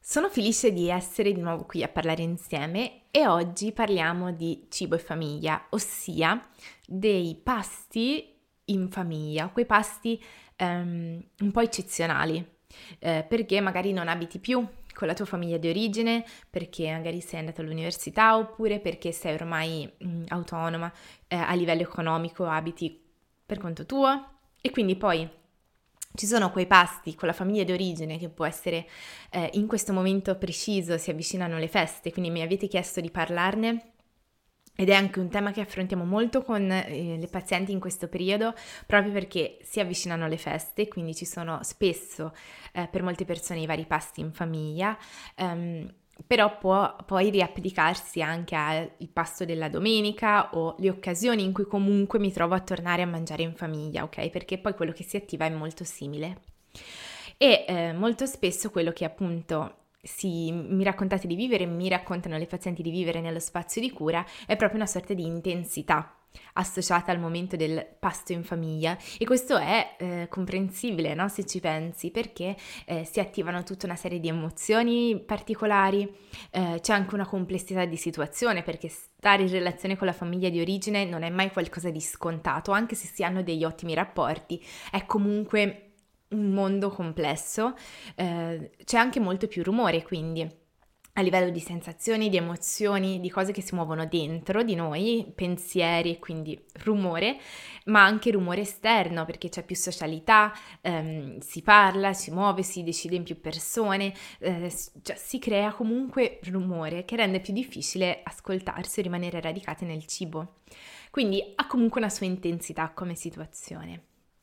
Sono felice di essere di nuovo qui a parlare insieme e oggi parliamo di cibo e famiglia, ossia dei pasti in famiglia, quei pasti un po' eccezionali, perché magari non abiti più con la tua famiglia di origine, perché magari sei andato all'università oppure perché sei ormai autonoma, a livello economico abiti per conto tuo e quindi poi ci sono quei pasti con la famiglia di origine che può essere in questo momento preciso, si avvicinano le feste, quindi mi avete chiesto di parlarne ed è anche un tema che affrontiamo molto con le pazienti in questo periodo, proprio perché si avvicinano le feste, quindi ci sono spesso per molte persone i vari pasti in famiglia. Però può poi riapplicarsi anche al pasto della domenica o le occasioni in cui comunque mi trovo a tornare a mangiare in famiglia, ok? Perché poi quello che si attiva è molto simile. E molto spesso quello che appunto mi raccontate di vivere, mi raccontano le pazienti di vivere nello spazio di cura, è proprio una sorta di intensità associata al momento del pasto in famiglia e questo è comprensibile, no? Se ci pensi, perché si attivano tutta una serie di emozioni particolari, c'è anche una complessità di situazione perché stare in relazione con la famiglia di origine non è mai qualcosa di scontato, anche se si hanno degli ottimi rapporti, è comunque un mondo complesso, c'è anche molto più rumore quindi a livello di sensazioni, di emozioni, di cose che si muovono dentro di noi, pensieri, quindi rumore, ma anche rumore esterno perché c'è più socialità, si parla, si muove, si decide in più persone, cioè si crea comunque rumore che rende più difficile ascoltarsi e rimanere radicate nel cibo. Quindi ha comunque una sua intensità come situazione.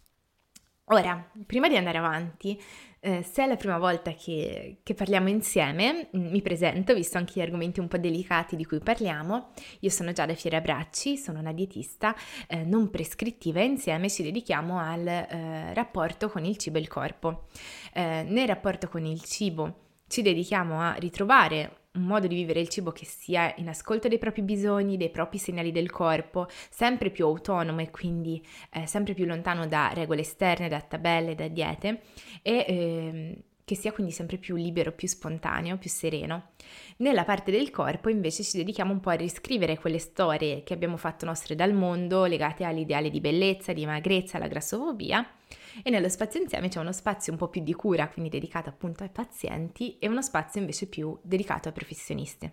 Ora, prima di andare avanti, se è la prima volta che parliamo insieme, mi presento, visto anche gli argomenti un po' delicati di cui parliamo. Io sono Giada Fierabracci, sono una dietista non prescrittiva e insieme ci dedichiamo al rapporto con il cibo e il corpo. Nel rapporto con il cibo ci dedichiamo a ritrovare un modo di vivere il cibo che sia in ascolto dei propri bisogni, dei propri segnali del corpo, sempre più autonomo e quindi sempre più lontano da regole esterne, da tabelle, da diete e che sia quindi sempre più libero, più spontaneo, più sereno. Nella parte del corpo invece ci dedichiamo un po' a riscrivere quelle storie che abbiamo fatto nostre dal mondo legate all'ideale di bellezza, di magrezza, alla grassofobia. E nello spazio insieme c'è uno spazio un po' più di cura, quindi dedicato appunto ai pazienti, e uno spazio invece più dedicato ai professionisti.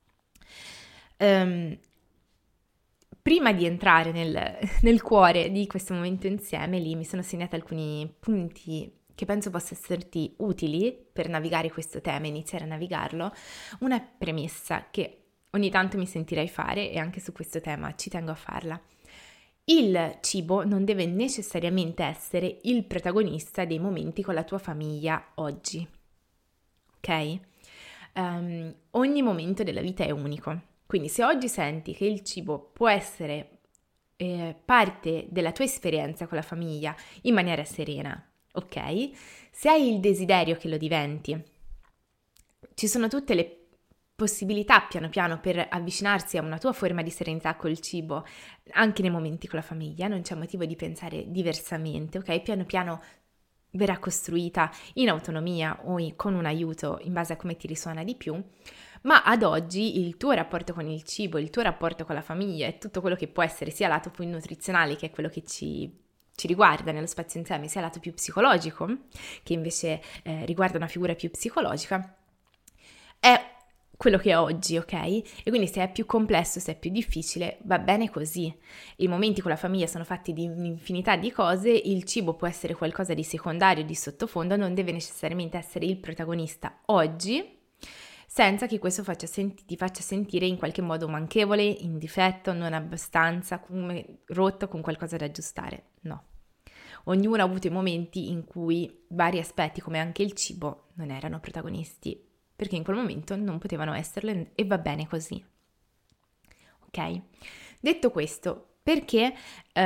Prima di entrare nel cuore di questo momento insieme, lì mi sono segnata alcuni punti che penso possa esserti utili per navigare questo tema, iniziare a navigarlo, una premessa che ogni tanto mi sentirei fare e anche su questo tema ci tengo a farla. Il cibo non deve necessariamente essere il protagonista dei momenti con la tua famiglia oggi, ok? Ogni momento della vita è unico, quindi se oggi senti che il cibo può essere parte della tua esperienza con la famiglia in maniera serena, ok? Se hai il desiderio che lo diventi, ci sono tutte le possibilità piano piano per avvicinarsi a una tua forma di serenità col cibo anche nei momenti con la famiglia, non c'è motivo di pensare diversamente, ok? Piano piano verrà costruita in autonomia o con un aiuto in base a come ti risuona di più, ma ad oggi il tuo rapporto con il cibo, il tuo rapporto con la famiglia e tutto quello che può essere sia lato poi nutrizionale, che è quello che ci riguarda nello spazio insieme, sia lato più psicologico, che invece riguarda una figura più psicologica, è quello che è oggi, ok? E quindi se è più complesso, se è più difficile, va bene così. I momenti con la famiglia sono fatti di un'infinità di cose, il cibo può essere qualcosa di secondario, di sottofondo, non deve necessariamente essere il protagonista oggi, senza che questo ti faccia sentire in qualche modo manchevole, in difetto, non abbastanza, come rotto, con qualcosa da aggiustare. No. Ognuno ha avuto i momenti in cui vari aspetti, come anche il cibo, non erano protagonisti, perché in quel momento non potevano esserlo e va bene così. Ok? Detto questo, perché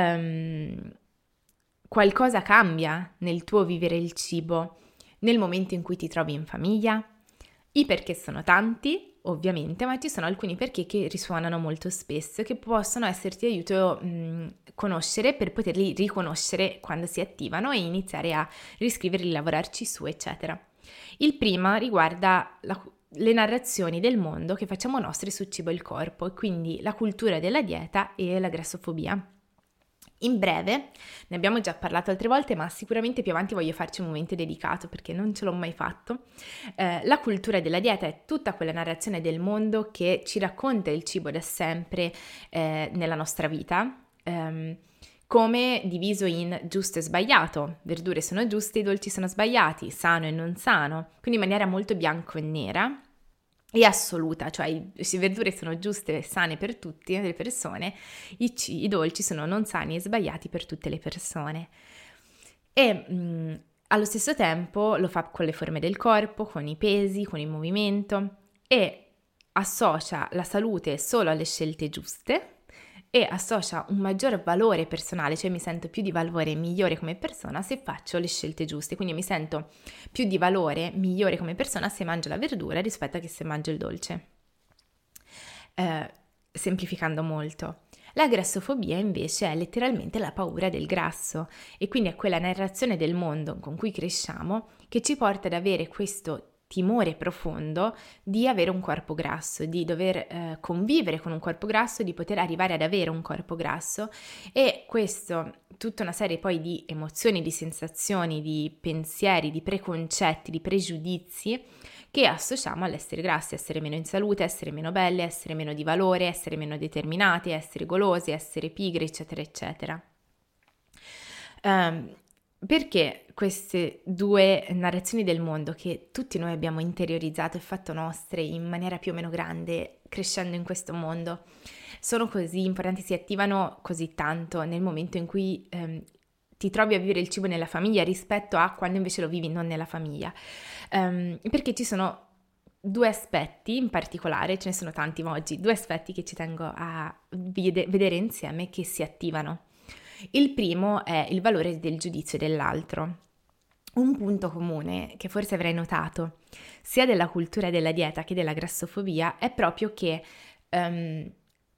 qualcosa cambia nel tuo vivere il cibo nel momento in cui ti trovi in famiglia? I perché sono tanti, ovviamente, ma ci sono alcuni perché che risuonano molto spesso e che possono esserti di aiuto conoscere per poterli riconoscere quando si attivano e iniziare a riscriverli, lavorarci su, eccetera. Il primo riguarda le narrazioni del mondo che facciamo nostre su cibo e il corpo, e quindi la cultura della dieta e la grassofobia. In breve, ne abbiamo già parlato altre volte, ma sicuramente più avanti voglio farci un momento dedicato perché non ce l'ho mai fatto. La cultura della dieta è tutta quella narrazione del mondo che ci racconta il cibo da sempre nella nostra vita, come diviso in giusto e sbagliato, verdure sono giuste, i dolci sono sbagliati, sano e non sano, quindi in maniera molto bianco e nera e assoluta, cioè le verdure sono giuste e sane per tutte le persone, i dolci sono non sani e sbagliati per tutte le persone. E allo stesso tempo lo fa con le forme del corpo, con i pesi, con il movimento e associa la salute solo alle scelte giuste e associa un maggior valore personale, cioè mi sento più di valore migliore come persona se faccio le scelte giuste, quindi mi sento più di valore migliore come persona se mangio la verdura rispetto a che se mangio il dolce. Semplificando molto. La grassofobia invece è letteralmente la paura del grasso e quindi è quella narrazione del mondo con cui cresciamo che ci porta ad avere questo timore profondo di avere un corpo grasso, di dover convivere con un corpo grasso, di poter arrivare ad avere un corpo grasso e questo, tutta una serie poi di emozioni, di sensazioni, di pensieri, di preconcetti, di pregiudizi che associamo all'essere grassi, essere meno in salute, essere meno belle, essere meno di valore, essere meno determinate, essere golose, essere pigre, eccetera, eccetera. Perché queste due narrazioni del mondo che tutti noi abbiamo interiorizzato e fatto nostre in maniera più o meno grande crescendo in questo mondo sono così importanti, si attivano così tanto nel momento in cui ti trovi a vivere il cibo nella famiglia rispetto a quando invece lo vivi non nella famiglia, perché ci sono due aspetti in particolare, ce ne sono tanti ma oggi, due aspetti che ci tengo a vedere insieme che si attivano. Il primo è il valore del giudizio dell'altro. Un punto comune che forse avrai notato sia della cultura della dieta che della grassofobia è proprio che c'è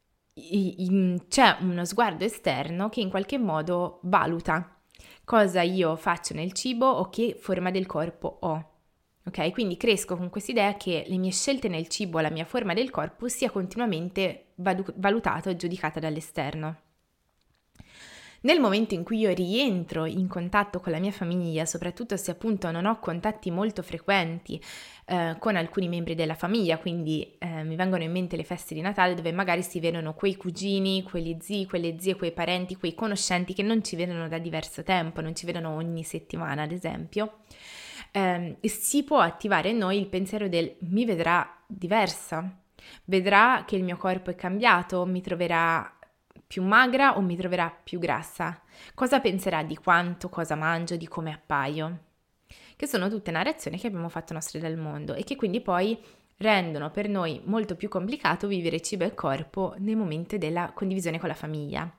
uno sguardo esterno che in qualche modo valuta cosa io faccio nel cibo o che forma del corpo ho. Ok? Quindi cresco con quest'idea che le mie scelte nel cibo, la mia forma del corpo sia continuamente valutata o giudicata dall'esterno. Nel momento in cui io rientro in contatto con la mia famiglia, soprattutto se appunto non ho contatti molto frequenti con alcuni membri della famiglia, quindi mi vengono in mente le feste di Natale dove magari si vedono quei cugini, quegli zii, quelle zie, quei parenti, quei conoscenti che non ci vedono da diverso tempo, non ci vedono ogni settimana ad esempio, si può attivare in noi il pensiero del mi vedrà diversa, vedrà che il mio corpo è cambiato, mi troverà più magra o mi troverà più grassa? Cosa penserà di quanto, cosa mangio, di come appaio? Che sono tutte narrazioni che abbiamo fatto nostre dal mondo e che quindi poi rendono per noi molto più complicato vivere cibo e corpo nel momento della condivisione con la famiglia.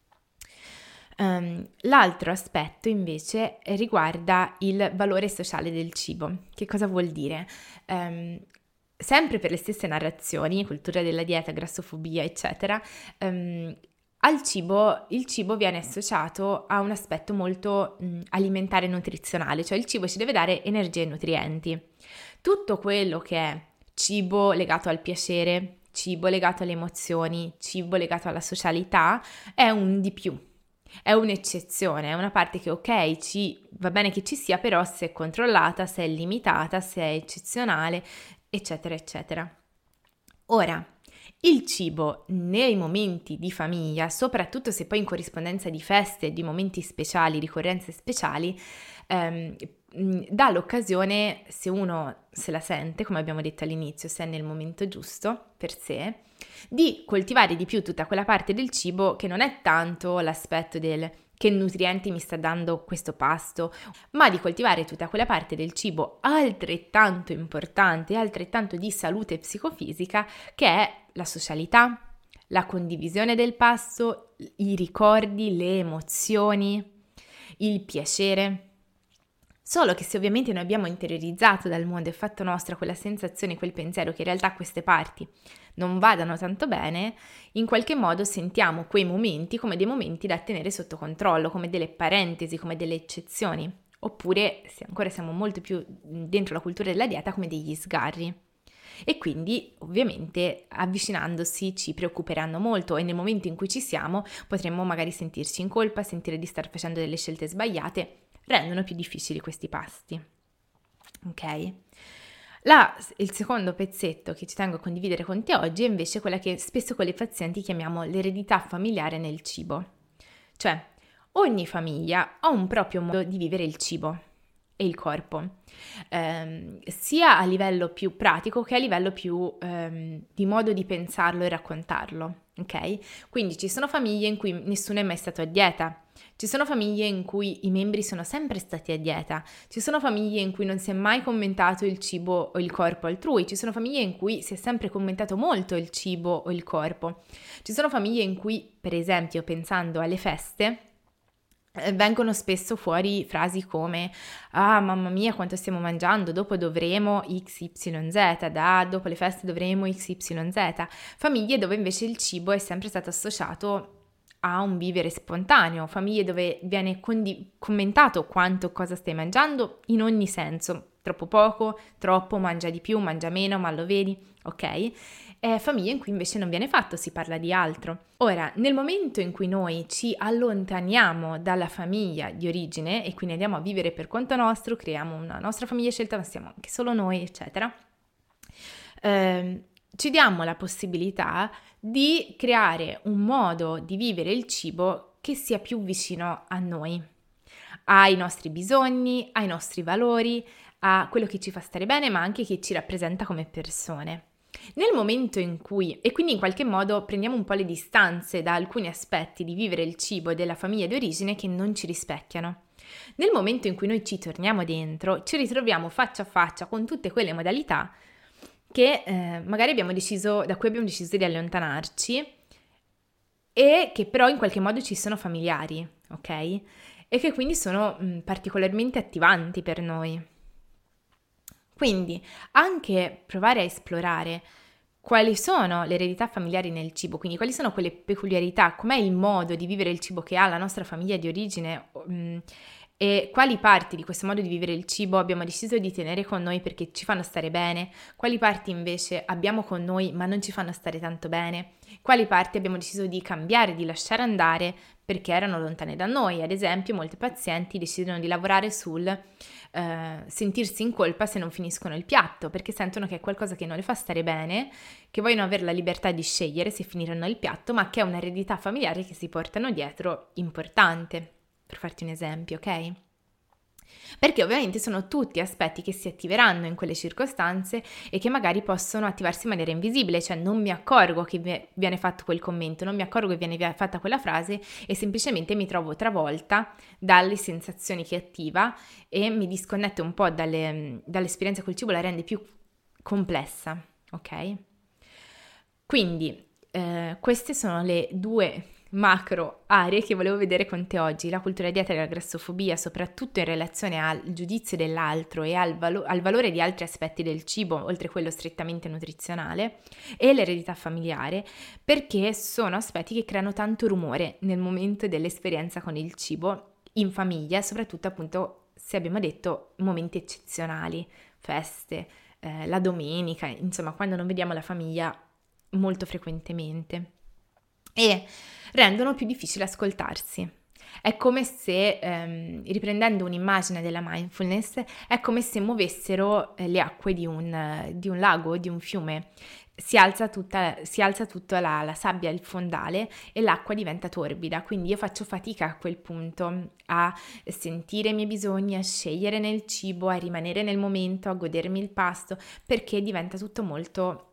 L'altro aspetto invece riguarda il valore sociale del cibo. Che cosa vuol dire? Sempre per le stesse narrazioni, cultura della dieta, grassofobia, eccetera, il cibo viene associato a un aspetto molto alimentare e nutrizionale, cioè il cibo ci deve dare energie e nutrienti. Tutto quello che è cibo legato al piacere, cibo legato alle emozioni, cibo legato alla socialità, è un di più, è un'eccezione, è una parte che ok, va bene che ci sia, però se è controllata, se è limitata, se è eccezionale, eccetera, eccetera. Ora, il cibo nei momenti di famiglia, soprattutto se poi in corrispondenza di feste, di momenti speciali, ricorrenze speciali, dà l'occasione, se uno se la sente, come abbiamo detto all'inizio, se è nel momento giusto per sé, di coltivare di più tutta quella parte del cibo che non è tanto l'aspetto del che nutrienti mi sta dando questo pasto, ma di coltivare tutta quella parte del cibo altrettanto importante, altrettanto di salute psicofisica, che è la socialità, la condivisione del pasto, i ricordi, le emozioni, il piacere. Solo che se ovviamente noi abbiamo interiorizzato dal mondo e fatto nostra quella sensazione, quel pensiero che in realtà queste parti non vadano tanto bene, in qualche modo sentiamo quei momenti come dei momenti da tenere sotto controllo, come delle parentesi, come delle eccezioni. oppure se ancora siamo molto più dentro la cultura della dieta, come degli sgarri. E quindi ovviamente avvicinandosi ci preoccuperanno molto e nel momento in cui ci siamo potremmo magari sentirci in colpa, sentire di star facendo delle scelte sbagliate, rendono più difficili questi pasti. Ok? Il secondo pezzetto che ci tengo a condividere con te oggi è invece quella che spesso con le pazienti chiamiamo l'eredità familiare nel cibo. Cioè, ogni famiglia ha un proprio modo di vivere il cibo e il corpo, sia a livello più pratico che a livello più di modo di pensarlo e raccontarlo, ok? Quindi ci sono famiglie in cui nessuno è mai stato a dieta, ci sono famiglie in cui i membri sono sempre stati a dieta, ci sono famiglie in cui non si è mai commentato il cibo o il corpo altrui, ci sono famiglie in cui si è sempre commentato molto il cibo o il corpo, ci sono famiglie in cui, per esempio, pensando alle feste, vengono spesso fuori frasi come ah mamma mia quanto stiamo mangiando, dopo dovremo XYZ, dopo le feste dovremo XYZ, famiglie dove invece il cibo è sempre stato associato a un vivere spontaneo, famiglie dove viene commentato cosa stai mangiando in ogni senso, troppo poco, troppo, mangia di più, mangia meno, ma lo vedi, ok? Famiglie in cui invece non viene fatto, si parla di altro. Ora, nel momento in cui noi ci allontaniamo dalla famiglia di origine e quindi andiamo a vivere per conto nostro, creiamo una nostra famiglia scelta, ma siamo anche solo noi, eccetera, ci diamo la possibilità di creare un modo di vivere il cibo che sia più vicino a noi, ai nostri bisogni, ai nostri valori, a quello che ci fa stare bene, ma anche che ci rappresenta come persone. Nel momento in cui, e quindi in qualche modo prendiamo un po' le distanze da alcuni aspetti di vivere il cibo e della famiglia di origine che non ci rispecchiano. Nel momento in cui noi ci torniamo dentro, ci ritroviamo faccia a faccia con tutte quelle modalità che magari da cui abbiamo deciso di allontanarci e che però in qualche modo ci sono familiari, ok? E che quindi sono particolarmente attivanti per noi. Quindi anche provare a esplorare quali sono le eredità familiari nel cibo, quindi quali sono quelle peculiarità, com'è il modo di vivere il cibo che ha la nostra famiglia di origine e quali parti di questo modo di vivere il cibo abbiamo deciso di tenere con noi perché ci fanno stare bene, quali parti invece abbiamo con noi ma non ci fanno stare tanto bene, quali parti abbiamo deciso di cambiare, di lasciare andare perché erano lontane da noi. Ad esempio, molti pazienti decidono di lavorare sul sentirsi in colpa se non finiscono il piatto, perché sentono che è qualcosa che non le fa stare bene, che vogliono avere la libertà di scegliere se finiranno il piatto, ma che è un'eredità familiare che si portano dietro importante, per farti un esempio, ok? Perché ovviamente sono tutti aspetti che si attiveranno in quelle circostanze e che magari possono attivarsi in maniera invisibile, cioè non mi accorgo che viene fatto quel commento, non mi accorgo che viene fatta quella frase e semplicemente mi trovo travolta dalle sensazioni che attiva e mi disconnette un po' dall'esperienza col cibo, la rende più complessa, ok? Quindi queste sono le due macro aree che volevo vedere con te oggi: la cultura dieta e la grassofobia, soprattutto in relazione al giudizio dell'altro e al valore di altri aspetti del cibo, oltre quello strettamente nutrizionale, e l'eredità familiare, perché sono aspetti che creano tanto rumore nel momento dell'esperienza con il cibo in famiglia, soprattutto appunto, se abbiamo detto, momenti eccezionali, feste, la domenica, insomma, quando non vediamo la famiglia molto frequentemente, e rendono più difficile ascoltarsi. È come se, riprendendo un'immagine della mindfulness, è come se muovessero le acque di un lago, di un fiume. Si alza tutta la sabbia, il fondale, e l'acqua diventa torbida, quindi io faccio fatica a quel punto a sentire i miei bisogni, a scegliere nel cibo, a rimanere nel momento, a godermi il pasto, perché diventa tutto molto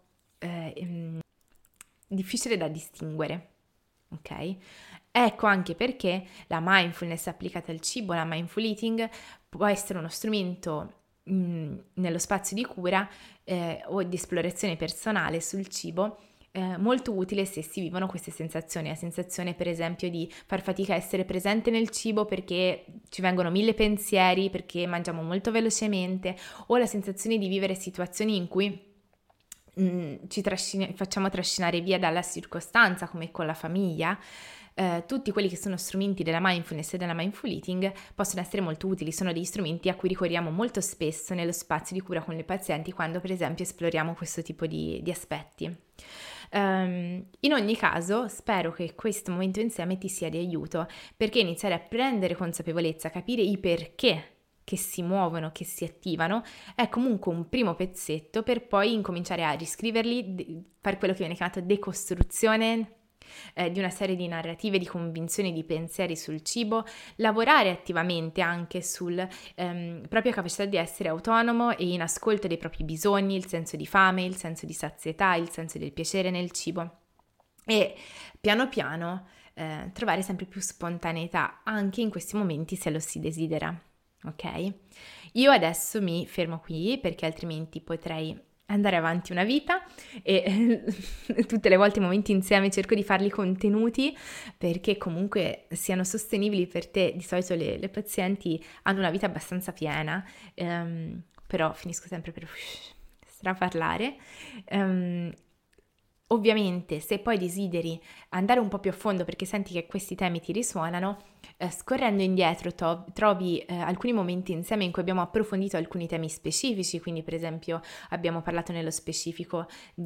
difficile da distinguere, ok? Ecco anche perché la mindfulness applicata al cibo, la mindful eating, può essere uno strumento nello spazio di cura o di esplorazione personale sul cibo molto utile se si vivono queste sensazioni, la sensazione per esempio di far fatica a essere presente nel cibo perché ci vengono 1000 pensieri, perché mangiamo molto velocemente, o la sensazione di vivere situazioni in cui facciamo trascinare via dalla circostanza, come con la famiglia, tutti quelli che sono strumenti della mindfulness e della mindful eating possono essere molto utili, sono degli strumenti a cui ricorriamo molto spesso nello spazio di cura con le pazienti quando per esempio esploriamo questo tipo di aspetti. In ogni caso spero che questo momento insieme ti sia di aiuto, perché iniziare a prendere consapevolezza, capire i perché che si muovono, che si attivano, è comunque un primo pezzetto per poi incominciare a riscriverli, fare quello che viene chiamato decostruzione di una serie di narrative, di convinzioni, di pensieri sul cibo, lavorare attivamente anche sul propria capacità di essere autonomo e in ascolto dei propri bisogni, il senso di fame, il senso di sazietà, il senso del piacere nel cibo e piano piano trovare sempre più spontaneità anche in questi momenti se lo si desidera, ok? Io adesso mi fermo qui perché altrimenti potrei andare avanti una vita e tutte le volte i momenti insieme cerco di farli contenuti perché comunque siano sostenibili per te. Di solito le pazienti hanno una vita abbastanza piena, però finisco sempre per straparlare. Ovviamente se poi desideri andare un po' più a fondo perché senti che questi temi ti risuonano, scorrendo indietro trovi alcuni momenti insieme in cui abbiamo approfondito alcuni temi specifici, quindi per esempio abbiamo parlato nello specifico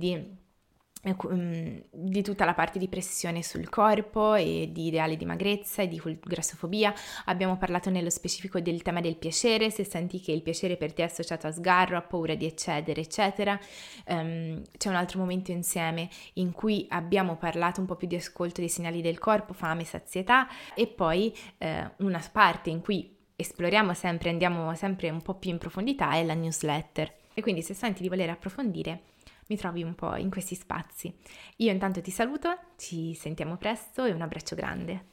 di tutta la parte di pressione sul corpo e di ideale dimagrezza e di grassofobia. Abbiamo parlato nello specifico del tema del piacere, se senti che il piacere per te è associato a sgarro, a paura di eccedere, eccetera. C'è un altro momento insieme in cui abbiamo parlato un po' più di ascolto dei segnali del corpo, fame, sazietà, e poi una parte in cui esploriamo sempre, andiamo sempre un po' più in profondità è la newsletter. E quindi se senti di voler approfondire mi trovi un po' in questi spazi. Io intanto ti saluto, ci sentiamo presto e un abbraccio grande.